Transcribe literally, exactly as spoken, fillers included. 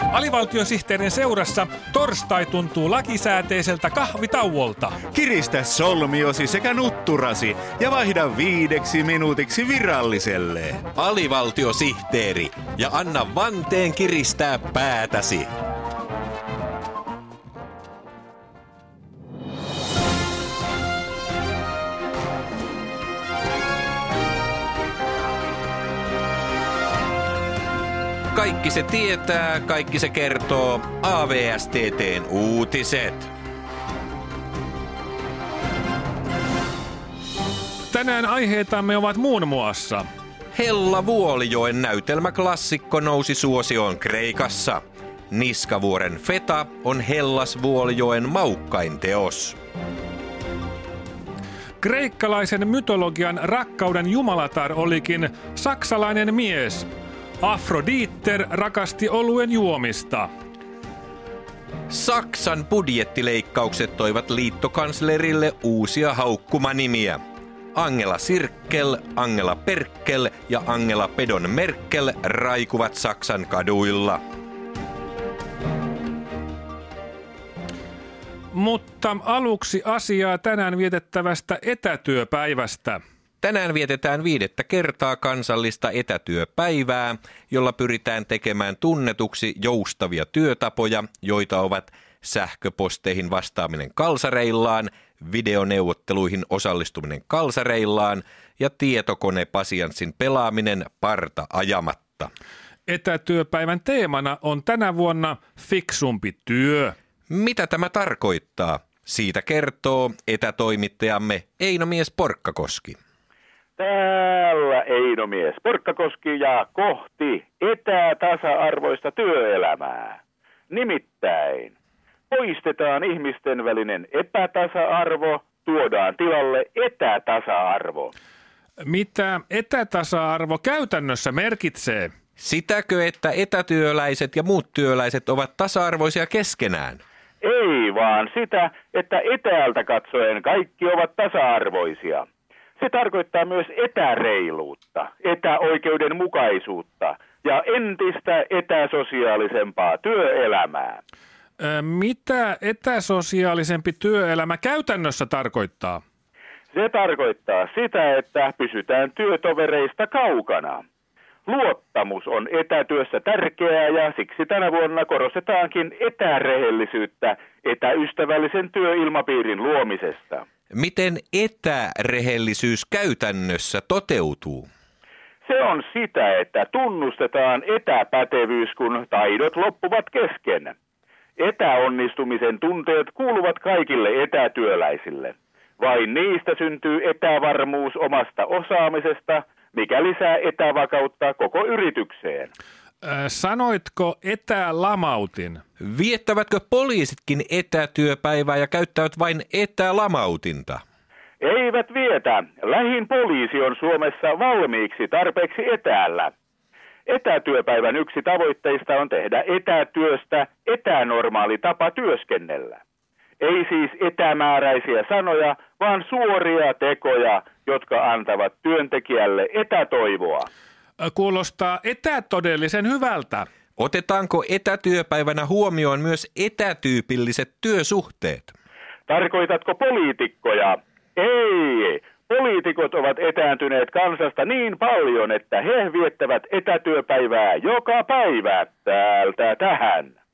Alivaltiosihteerin seurassa torstai tuntuu lakisääteiseltä kahvitauolta. Kiristä solmiosi sekä nutturasi ja vaihda viideksi minuutiksi viralliselle. Alivaltiosihteeri ja anna vanteen kiristää päätäsi. Kaikki se tietää, kaikki se kertoo. A V S T T:n uutiset. Tänään aiheitamme ovat muun muassa: Hella Vuolijoen näytelmäklassikko nousi suosioon Kreikassa. Niskavuoren feta on Hellas Vuolijoen maukkain teos. Kreikkalaisen mytologian rakkauden jumalatar olikin saksalainen mies. Afroditer rakasti oluen juomista. Saksan budjettileikkaukset toivat liittokanslerille uusia haukkumanimiä. Angela Sirkkel, Angela Perkkel ja Angela Pedon Merkel raikuvat Saksan kaduilla. Mutta aluksi asiaa tänään vietettävästä etätyöpäivästä. Tänään vietetään viidettä kertaa kansallista etätyöpäivää, jolla pyritään tekemään tunnetuksi joustavia työtapoja, joita ovat sähköposteihin vastaaminen kalsareillaan, videoneuvotteluihin osallistuminen kalsareillaan ja tietokonepasianssin pelaaminen parta ajamatta. Etätyöpäivän teemana on tänä vuonna fiksumpi työ. Mitä tämä tarkoittaa? Siitä kertoo etätoimittajamme Eino-mies Porkkakoski. Täällä Eino-mies Porkkakoski ja kohti etätasa-arvoista työelämää. Nimittäin poistetaan ihmisten välinen epätasa-arvo, tuodaan tilalle etätasa-arvo. Mitä etätasa-arvo käytännössä merkitsee? Sitäkö, että etätyöläiset ja muut työläiset ovat tasa-arvoisia keskenään? Ei vaan sitä, että etäältä katsoen kaikki ovat tasa-arvoisia. Se tarkoittaa myös etäreiluutta, etäoikeudenmukaisuutta ja entistä etäsosiaalisempaa työelämää. Ö, mitä etäsosiaalisempi työelämä käytännössä tarkoittaa? Se tarkoittaa sitä, että pysytään työtovereista kaukana. Luottamus on etätyössä tärkeää ja siksi tänä vuonna korostetaankin etärehellisyyttä etäystävällisen työilmapiirin luomisesta. Miten etärehellisyys käytännössä toteutuu? Se on sitä, että tunnustetaan etäpätevyys, kun taidot loppuvat kesken. Etäonnistumisen tunteet kuuluvat kaikille etätyöläisille. Vain niistä syntyy etävarmuus omasta osaamisesta, mikä lisää etävakautta koko yritykseen. Ö, sanoitko etälamautin? Viettävätkö poliisitkin etätyöpäivää ja käyttävät vain etälamautinta? Eivät vietä. Lähin poliisi on Suomessa valmiiksi tarpeeksi etäällä. Etätyöpäivän yksi tavoitteista on tehdä etätyöstä etänormaali tapa työskennellä. Ei siis etämääräisiä sanoja, vaan suoria tekoja, jotka antavat työntekijälle etätoivoa. Kuulostaa etätodellisen hyvältä. Otetaanko etätyöpäivänä huomioon myös etätyypilliset työsuhteet? Tarkoitatko poliitikkoja? Ei. Poliitikot ovat etääntyneet kansasta niin paljon, että he viettävät etätyöpäivää joka päivä täältä tähän.